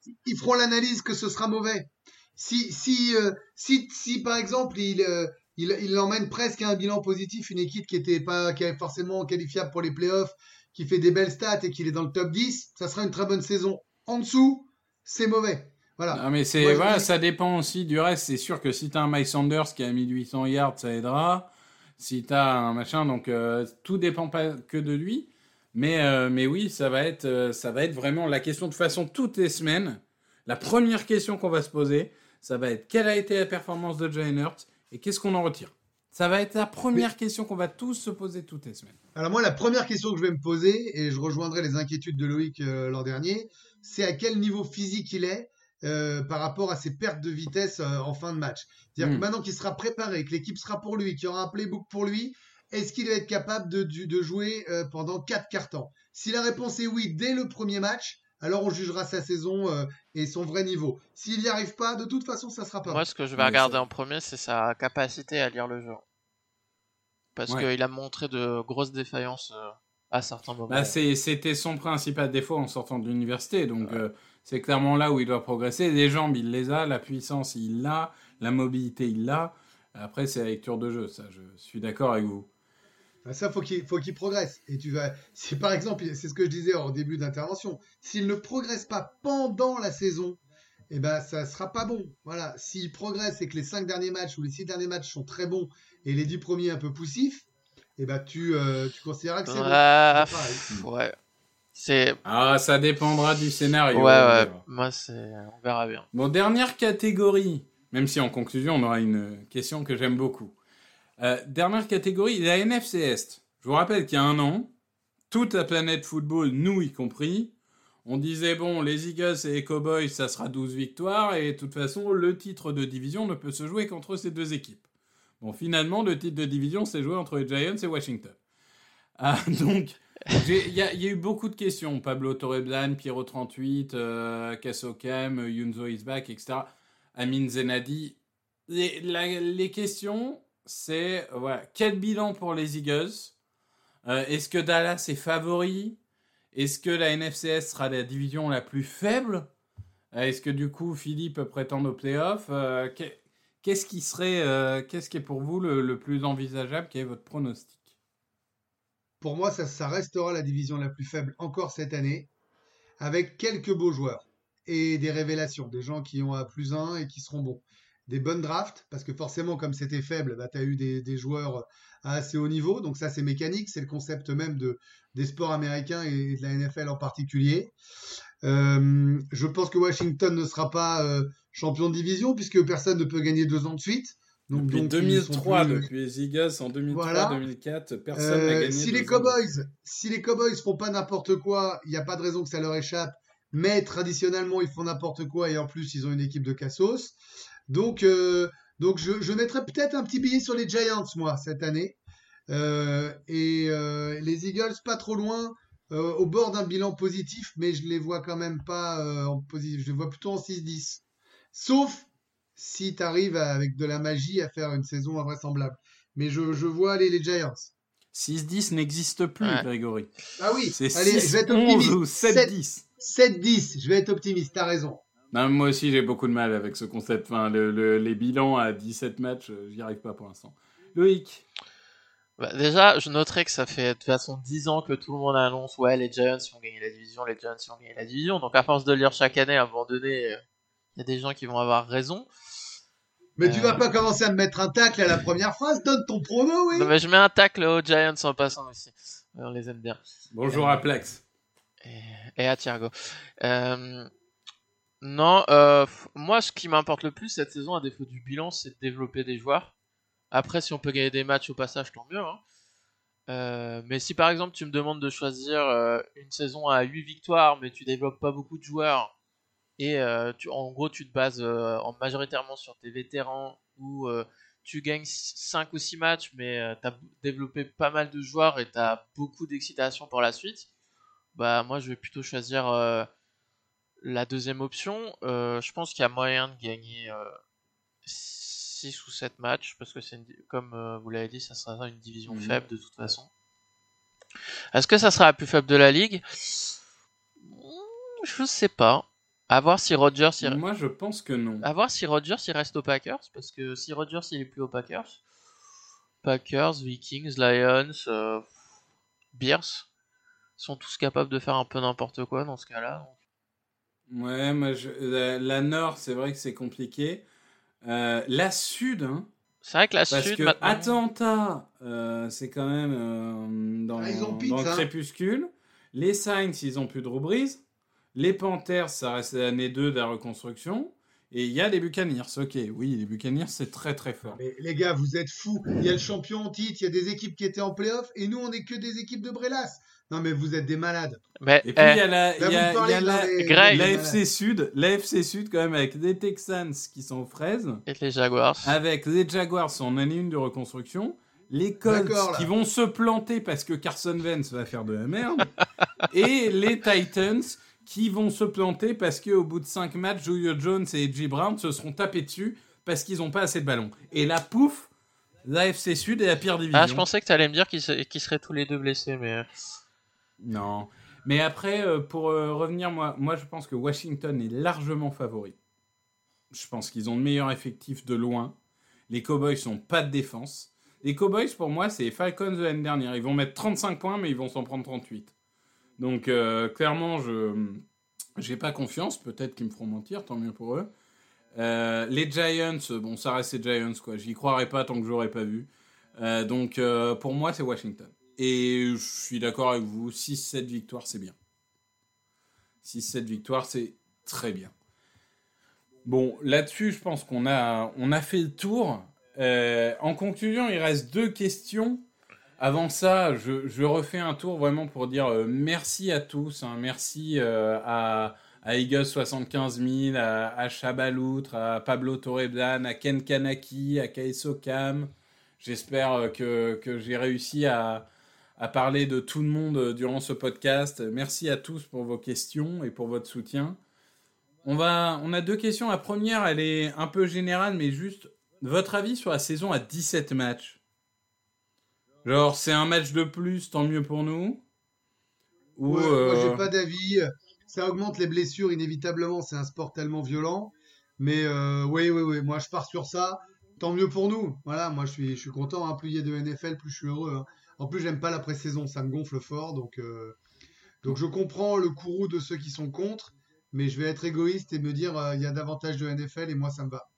ils feront l'analyse que ce sera mauvais. Si, si, euh, si, si, par exemple, il, euh, il, il emmène presque à un bilan positif une équipe qui était pas, qui est forcément qualifiable pour les playoffs, qui fait des belles stats et qui est dans le top dix, ça sera une très bonne saison. En dessous, c'est mauvais. Voilà. Non, mais c'est, Moi, voilà, je... ça dépend aussi du reste. C'est sûr que si t'as un Miles Sanders qui a mille huit cents yards, ça aidera. Si t'as un machin, donc euh, tout dépend pas que de lui. Mais, euh, mais oui, ça va, être, euh, ça va être vraiment la question de toute façon toutes les semaines. La première question qu'on va se poser, ça va être quelle a été la performance de Jalen Hurts et qu'est-ce qu'on en retire. Ça va être la première mais... question qu'on va tous se poser toutes les semaines. Alors moi, la première question que je vais me poser, et je rejoindrai les inquiétudes de Loïc euh, l'an dernier, c'est à quel niveau physique il est euh, par rapport à ses pertes de vitesse euh, en fin de match. C'est-à-dire mmh. que maintenant qu'il sera préparé, que l'équipe sera pour lui, qu'il y aura un playbook pour lui, est-ce qu'il va être capable de, de, de jouer euh, pendant quatre quarts temps ? Si la réponse est oui dès le premier match, alors on jugera sa saison euh, et son vrai niveau. S'il n'y arrive pas, de toute façon, ça sera pas. Moi, ce que je vais regarder en premier, c'est sa capacité à lire le jeu. Parce ouais. qu'il a montré de grosses défaillances euh, à certains moments. Bah, c'est, c'était son principal défaut en sortant de l'université. Donc, ouais. euh, c'est clairement là où il doit progresser. Les jambes, il les a. La puissance, il l'a. La mobilité, il l'a. Après, c'est la lecture de jeu. Ça, je suis d'accord avec vous. Ça, faut qu'il faut qu'il progresse. Et tu vas, si par exemple, c'est ce que je disais au début d'intervention, s'il ne progresse pas pendant la saison, eh ben ça sera pas bon. Voilà. S'il progresse et que les cinq derniers matchs ou les six derniers matchs sont très bons et les dix premiers un peu poussifs, eh ben tu euh, tu considéreras que c'est euh, bon. C'est ouais. C'est. Ah, ça dépendra du scénario. Ouais, ouais. Moi, c'est. On verra bien. Bon, dernière catégorie. Même si en conclusion, on aura une question que j'aime beaucoup. Euh, dernière catégorie, la N F C Est. Je vous rappelle qu'il y a un an, toute la planète football, nous y compris, on disait, bon, les Eagles et les Cowboys, ça sera douze victoires, et de toute façon, le titre de division ne peut se jouer qu'entre ces deux équipes. Bon, finalement, le titre de division s'est joué entre les Giants et Washington. Ah, donc, il y, y a eu beaucoup de questions. Pablo Torreblan, Pierrot trente-huit, euh, Kasokem, Yunzo Isbak, et cetera. Amin Zenadi. Les, la, les questions... c'est voilà, quel bilan pour les Eagles ? euh, Est-ce que Dallas est favori ? Est-ce que la N F C S sera la division la plus faible ? euh, Est-ce que du coup Philippe peut prétendre aux playoffs ? euh, Qu'est-ce qui serait, euh, qu'est-ce qui est pour vous le, le plus envisageable ? Quel est votre pronostic ? Pour moi, ça, ça restera la division la plus faible encore cette année, avec quelques beaux joueurs et des révélations, des gens qui ont un plus un et qui seront bons. Des bonnes drafts, parce que forcément, comme c'était faible, bah, tu as eu des, des joueurs à assez haut niveau. Donc ça, c'est mécanique. C'est le concept même de, des sports américains et de la N F L en particulier. Euh, je pense que Washington ne sera pas euh, champion de division, puisque personne ne peut gagner deux ans de suite. Donc, depuis donc, deux mille trois, plus... depuis les Eagles en deux mille trois deux voilà. mille quatre, personne euh, n'a gagné. Si les Cowboys, si les Cowboys font pas n'importe quoi, il n'y a pas de raison que ça leur échappe. Mais traditionnellement, ils font n'importe quoi et en plus, ils ont une équipe de cassos. Donc, euh, donc je, je mettrais peut-être un petit billet sur les Giants, moi, cette année. Euh, et euh, les Eagles, pas trop loin, euh, au bord d'un bilan positif, mais je les vois quand même pas euh, en positif. Je les vois plutôt en six dix. Sauf si tu arrives avec de la magie à faire une saison invraisemblable. Mais je, je vois aller les Giants. six dix n'existe plus, ouais. Grégory. Ah oui, c'est allez, six, je vais être optimiste. onze ou sept dix. sept dix, je vais être optimiste, t'as raison. Non, moi aussi, j'ai beaucoup de mal avec ce concept. Enfin, le, le, les bilans à dix-sept matchs, j'y arrive pas pour l'instant. Loïc ? Bah, déjà, je noterai que ça fait de toute façon dix ans que tout le monde annonce « Ouais, les Giants vont gagner la division, les Giants vont gagner la division. » Donc, à force de lire chaque année, à un moment donné, il euh, y a des gens qui vont avoir raison. Mais euh... tu vas pas commencer à me mettre un tacle à la première phrase. Donne ton prono, oui. Non, mais je mets un tacle aux Giants en passant aussi. On les aime bien. Bonjour euh... à Plex. Et, et à Thiago. Euh... Non, euh, moi, ce qui m'importe le plus cette saison, à défaut du bilan, c'est de développer des joueurs. Après, si on peut gagner des matchs au passage, tant mieux. Hein. Euh, mais si par exemple, tu me demandes de choisir euh, une saison à huit victoires, mais tu développes pas beaucoup de joueurs, et euh, tu, en gros, tu te bases euh, en majoritairement sur tes vétérans, ou euh, tu gagnes cinq ou six matchs, mais euh, tu as développé pas mal de joueurs et tu as beaucoup d'excitation pour la suite, bah moi, je vais plutôt choisir... Euh, la deuxième option, euh, je pense qu'il y a moyen de gagner euh, six ou sept matchs, parce que c'est une, comme euh, vous l'avez dit, ça sera une division mmh. faible de toute façon. Est-ce que ça sera la plus faible de la ligue ? Je sais pas. À voir si Rodgers il... Moi, je pense que non. À voir si Rodgers il reste aux Packers, parce que si Rodgers il est plus aux Packers, Packers, Vikings, Lions, euh, Bears sont tous capables de faire un peu n'importe quoi dans ce cas-là. Donc. Ouais, moi, je... la, la Nord, c'est vrai que c'est compliqué. Euh, la Sud, hein. C'est vrai que la Parce Sud, que maintenant... Atlanta, euh, c'est quand même euh, dans, Ah, ils ont Pitts, dans le hein. crépuscule. Les Saints, ils ont plus de Drew Brees. Les Panthers, ça reste l'année deux de la reconstruction. Et il y a les Buccaneers. Ok, oui, les Buccaneers, c'est très très fort. Mais les gars, vous êtes fous. Il y a le champion en titre, il y a des équipes qui étaient en playoff, et nous, on n'est que des équipes de Brélas. Non, mais vous êtes des malades. Mais, Et puis, il eh, y a la, Là, il y a, vous parlez il y a dans la, les- Greg. des l'A F malades. C Sud. L'A F C Sud, quand même, avec les Texans qui sont aux fraises. et les Jaguars. Avec les Jaguars en année une de reconstruction. Les Colts D'accord, là. qui vont se planter parce que Carson Wentz va faire de la merde. Et les Titans qui vont se planter parce qu'au bout de cinq matchs, Julio Jones et J. Brown se seront tapés dessus parce qu'ils n'ont pas assez de ballons. Et là, pouf, l'A F C Sud est la pire division. Ah, je pensais que tu allais me dire qu'ils, se- qu'ils seraient tous les deux blessés, mais... Non. Mais après, euh, pour euh, revenir, moi, moi, je pense que Washington est largement favori. Je pense qu'ils ont le meilleur effectif de loin. Les Cowboys n'ont pas de défense. Les Cowboys, pour moi, c'est les Falcons de l'année dernière. Ils vont mettre trente-cinq points, mais ils vont s'en prendre trente-huit. Donc, euh, clairement, je n'ai pas confiance. Peut-être qu'ils me feront mentir, tant mieux pour eux. Euh, les Giants, bon, ça reste les Giants, quoi. J'y croirais pas tant que j'aurais pas vu. Euh, donc, euh, pour moi, c'est Washington. Et je suis d'accord avec vous, six sept victoires, c'est bien. six sept victoires, c'est très bien. Bon, là-dessus, je pense qu'on a, on a fait le tour. Euh, en conclusion, il reste deux questions. Avant ça, je, je refais un tour vraiment pour dire euh, merci à tous. Hein, merci euh, à, à Eagles soixante-quinze mille, à, à Chabaloutre, à Pablo Torreblan, à Ken Kanaki, à Kaiso Kam. J'espère que, que j'ai réussi à, à parler de tout le monde durant ce podcast. Merci à tous pour vos questions et pour votre soutien. On, va, on a deux questions. La première, elle est un peu générale, mais juste votre avis sur la saison à dix-sept matchs. Genre, c'est un match de plus, tant mieux pour nous. Ou, Ouais, euh... Moi, j'ai pas d'avis. Ça augmente les blessures, inévitablement. C'est un sport tellement violent. Mais euh, oui, oui, oui. Moi, je pars sur ça. Tant mieux pour nous. Voilà, moi, je suis, je suis content. Hein. Plus il y a de N F L, plus je suis heureux. Hein. En plus, j'aime pas la pré-saison. Ça me gonfle fort. Donc, euh... donc je comprends le courroux de ceux qui sont contre. Mais je vais être égoïste et me dire il euh, y a davantage de N F L et moi, ça me va.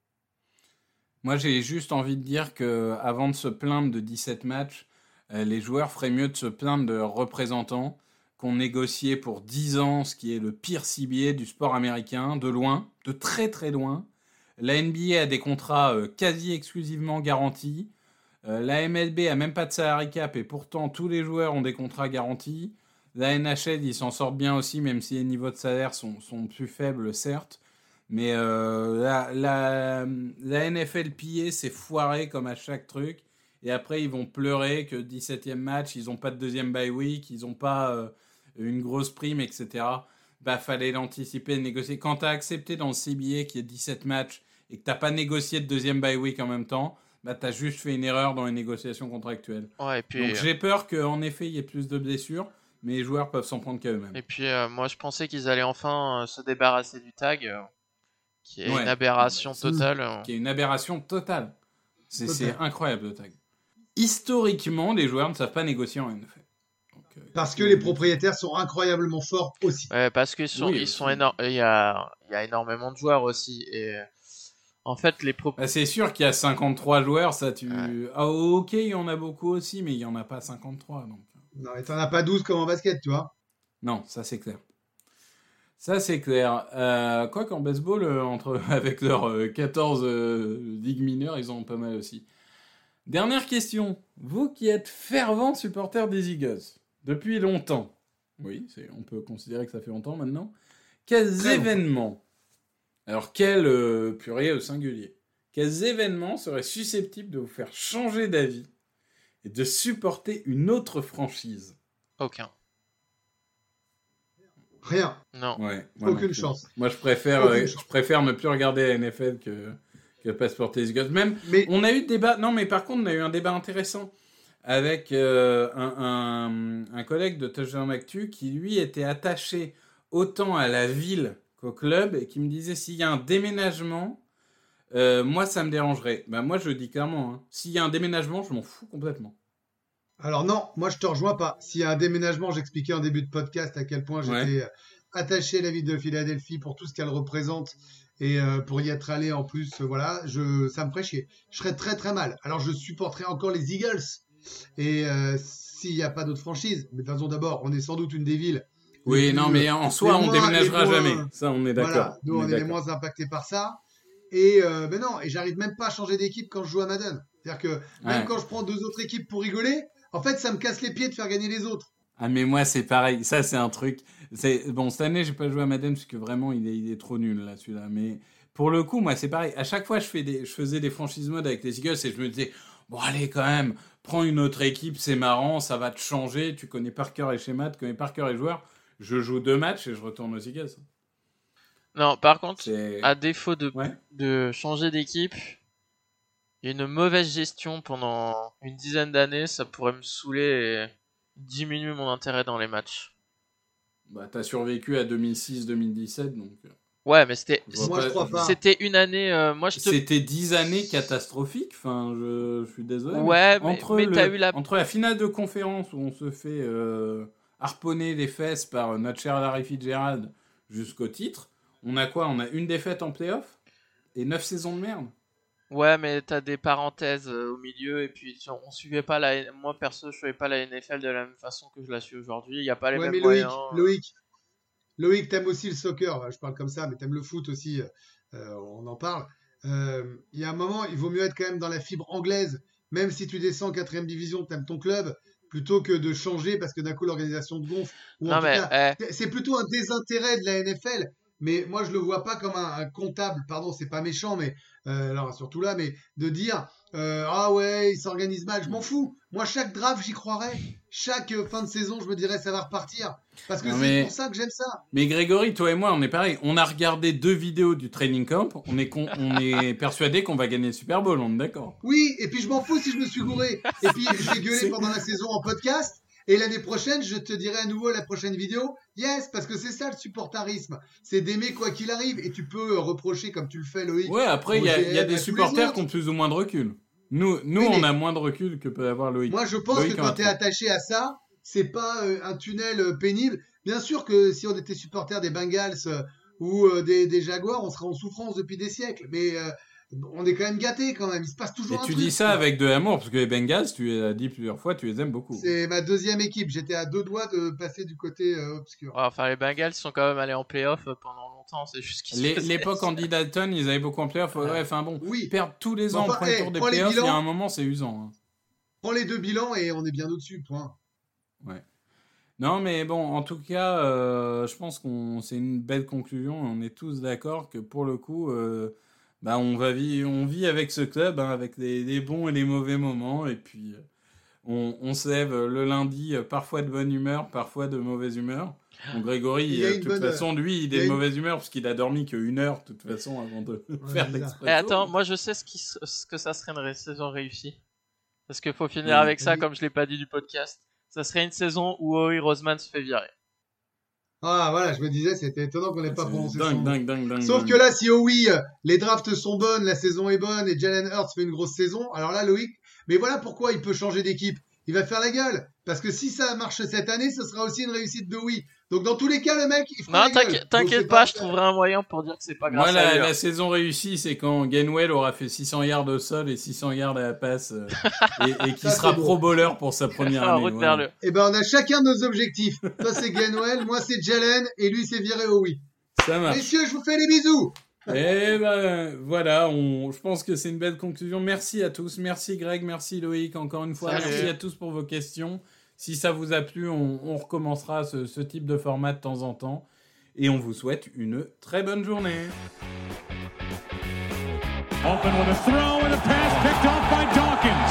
Moi, j'ai juste envie de dire qu'avant de se plaindre de dix-sept matchs, euh, les joueurs feraient mieux de se plaindre de leurs représentants qu'on négociait pour dix ans, ce qui est le pire C B A du sport américain, de loin, de très très loin. La N B A a des contrats euh, quasi exclusivement garantis. Euh, la M L B a même pas de salary cap et pourtant tous les joueurs ont des contrats garantis. La N H L, ils s'en sortent bien aussi, même si les niveaux de salaire sont, sont plus faibles, certes. Mais euh, la, la, la N F L pillée, c'est foiré comme à chaque truc. Et après, ils vont pleurer que dix-septième match, ils n'ont pas de deuxième bye week, ils n'ont pas euh, une grosse prime, et cetera. Bah, fallait l'anticiper, négocier. Quand tu as accepté dans le C B A qu'il y ait dix-sept matchs et que tu n'as pas négocié de deuxième bye week en même temps, bah, tu as juste fait une erreur dans les négociations contractuelles. Ouais, et puis... Donc j'ai peur qu'en effet, il y ait plus de blessures, mais les joueurs peuvent s'en prendre qu'à eux-mêmes. Et puis, euh, moi, je pensais qu'ils allaient enfin euh, se débarrasser du tag, euh, qui est Ouais. une aberration C'est- totale. euh. Qui est une aberration totale. C'est, Total. c'est incroyable le tag. Historiquement, les joueurs ne savent pas négocier en N F L. Donc, euh, Parce que les propriétaires sont incroyablement forts aussi. Ouais, parce qu'ils sont, Oui, ils sont aussi. énormes. Il y a, il y a énormément de joueurs aussi. Et euh, en fait, les pro... bah, c'est sûr qu'il y a cinquante-trois joueurs, ça tu... Ouais. Ah, ok, il y en a beaucoup aussi, mais il n'y en a pas cinquante-trois. Donc... Non, et t'en as pas douze comme en basket, tu vois. Non, ça c'est clair. Ça c'est clair. Euh, quoi qu'en baseball, euh, entre, avec leurs euh, quatorze euh, ligues mineures, ils en ont pas mal aussi. Dernière question. Vous qui êtes fervent supporter des Eagles, depuis longtemps, oui, c'est, on peut considérer que ça fait longtemps maintenant, quels Très longtemps. événements, alors quel euh, purée au singulier, quels événements seraient susceptibles de vous faire changer d'avis et de supporter une autre franchise? Aucun. Rien. Non. Ouais, moi non Aucune plus. chance. Moi, je préfère, Aucune euh, chance. je préfère ne plus regarder la N F L que, que pas supporter les Eagles. Même, Mais on a eu débat. Non, mais par contre, on a eu un débat intéressant avec euh, un, un, un collègue de Touchdown Actu qui, lui, était attaché autant à la ville au club et qui me disait s'il y a un déménagement, euh, moi ça me dérangerait. Ben moi je dis clairement, hein, s'il y a un déménagement, je m'en fous complètement. Alors non, moi je te rejoins pas. S'il y a un déménagement, j'expliquais en début de podcast à quel point j'étais ouais. attaché à la ville de Philadelphie pour tout ce qu'elle représente et euh, pour y être allé en plus, euh, voilà, je, ça me ferait chier. Je serais très très mal. Alors je supporterais encore les Eagles et euh, s'il n'y a pas d'autres franchises. Mais de toute façon d'abord, on est sans doute une des villes. Oui, non, mais en soi, on déménagera jamais. Ça, on est d'accord. Voilà, nous, on, on est, est les moins impactés par ça. Et euh, ben non, et j'arrive même pas à changer d'équipe quand je joue à Madden. C'est-à-dire que même ouais. quand je prends deux autres équipes pour rigoler, en fait, ça me casse les pieds de faire gagner les autres. Ah, mais moi, c'est pareil. Ça, c'est un truc. C'est... Bon, cette année, j'ai pas joué à Madden parce que vraiment, il est, il est trop nul, là, celui-là. Mais pour le coup, moi, c'est pareil. À chaque fois, je, fais des... je faisais des franchise mode avec les Eagles et je me disais, bon, allez, quand même, prends une autre équipe, c'est marrant, ça va te changer. Tu connais par cœur les schémas, tu connais par cœur les joueurs. Je joue deux matchs et je retourne aux Eagles. Non, par contre, c'est... à défaut de, ouais. de changer d'équipe, une mauvaise gestion pendant une dizaine d'années, ça pourrait me saouler et diminuer mon intérêt dans les matchs. Bah, t'as survécu à deux mille six deux mille dix-sept, donc... Ouais, mais c'était, je moi, je crois pas. C'était une année... Euh, moi, je te... C'était dix années catastrophiques, enfin, je, je suis désolé. Ouais, mais, entre, mais le, t'as eu la... entre la finale de conférence où on se fait euh, harponner les fesses par notre cher Larry Fitzgerald jusqu'au titre, on a quoi ? On a une défaite en play-off et neuf saisons de merde. Ouais, mais t'as des parenthèses euh, au milieu et puis on suivait pas la. Moi perso, je suivais pas la N F L de la même façon que je la suis aujourd'hui. Il y a pas les ouais, mêmes mais moyens. Loïc, Loïc, Loïc, t'aimes aussi le soccer. Je parle comme ça, mais t'aimes le foot aussi. Euh, on en parle. Euh, il y a un moment, il vaut mieux être quand même dans la fibre anglaise, même si tu descends en quatrième division, t'aimes ton club, plutôt que de changer parce que d'un coup l'organisation te gonfle. Ou en non tout mais cas, eh. c'est plutôt un désintérêt de la N F L. Mais moi, je le vois pas comme un, un comptable. Pardon, c'est pas méchant, mais euh, alors surtout là, mais de dire euh, ah ouais, il s'organise mal, je m'en fous. Moi, chaque draft, j'y croirais. Chaque euh, fin de saison, je me dirais ça va repartir. Parce que non, c'est mais... pour ça que j'aime ça. Mais Grégory, toi et moi, on est pareil. On a regardé deux vidéos du training camp. On est con... on est persuadé qu'on va gagner le Super Bowl. On est d'accord. Oui, et puis je m'en fous si je me suis gouré. Et puis je vais gueuler c'est... pendant la saison en podcast. Et l'année prochaine, je te dirai à nouveau la prochaine vidéo, yes, parce que c'est ça le supportarisme, c'est d'aimer quoi qu'il arrive, et tu peux reprocher comme tu le fais, Loïc. Ouais, après il y a, y a des supporters qui ont plus ou moins de recul. Nous, nous oui, on a moins de recul que peut avoir Loïc. Moi, je pense Loïc que quand t'es attaché à ça, c'est pas euh, un tunnel euh, pénible. Bien sûr que si on était supporter des Bengals euh, ou euh, des, des Jaguars, on serait en souffrance depuis des siècles, mais euh, on est quand même gâtés quand même, il se passe toujours et un truc. truc. Tu dis ça avec de l'amour, parce que les Bengals, tu l'as dit plusieurs fois, tu les aimes beaucoup. C'est ma deuxième équipe, j'étais à deux doigts de passer du côté euh, obscur. Ouais, enfin, les Bengals sont quand même allés en play-off pendant longtemps, c'est juste qu'ils les, L'époque Andy Dalton, ils avaient beaucoup en play-off, ouais, enfin bon, oui. Ils perdent tous les ans bon, enfin, au premier hey, tour des play-offs, il y a un moment, c'est usant. Hein. Prends les deux bilans et on est bien au-dessus, point. Ouais. Non, mais bon, en tout cas, euh, je pense qu'on c'est une belle conclusion, on est tous d'accord que pour le coup... Euh, Bah on, va vivre, on vit avec ce club, hein, avec les, les bons et les mauvais moments, et puis euh, on, on se lève le lundi, euh, parfois de bonne humeur, parfois de mauvaise humeur. Donc Grégory, euh, de toute façon, lui, il est de mauvaise humeur, parce qu'il a dormi qu'une heure, de toute façon, avant de ouais, faire l'expresso. Et attends, moi je sais ce, qui, ce que ça serait une saison réussie. Parce qu'il faut finir oui, avec oui. ça, comme je l'ai pas dit du podcast. Ça serait une saison où Howie Roseman se fait virer. Ah voilà, je me disais, c'était étonnant qu'on n'ait pas prononcé dingue, dingue, dingue, dingue, Sauf dingue. que là, si oh oui, les drafts sont bonnes, la saison est bonne et Jalen Hurts fait une grosse saison, alors là, Loïc, mais voilà pourquoi il peut changer d'équipe. Il va faire la gueule. Parce que si ça marche cette année, ce sera aussi une réussite de oui. Donc dans tous les cas, le mec, il fera non, la gueule. Non, t'inquiète pas, pas, je trouverai un moyen pour dire que c'est pas grave. Moi, la, la saison réussie, c'est quand Gainwell aura fait six cents yards au sol et six cents yards à la passe euh, et, et qui sera bon. pro bowler pour sa première année. Ouais. Et ben, on a chacun nos objectifs. Toi, c'est Gainwell, moi, c'est Jalen et lui, c'est viré au oui. Ça marche. Messieurs, je vous fais les bisous. Et ben voilà, on, je pense que c'est une belle conclusion. Merci à tous, merci Greg, merci Loïc, encore une fois, Salut. Merci à tous pour vos questions. Si ça vous a plu, on, on recommencera ce, ce type de format de temps en temps. Et on vous souhaite une très bonne journée. Open with a throw and a pass picked off by Dawkins.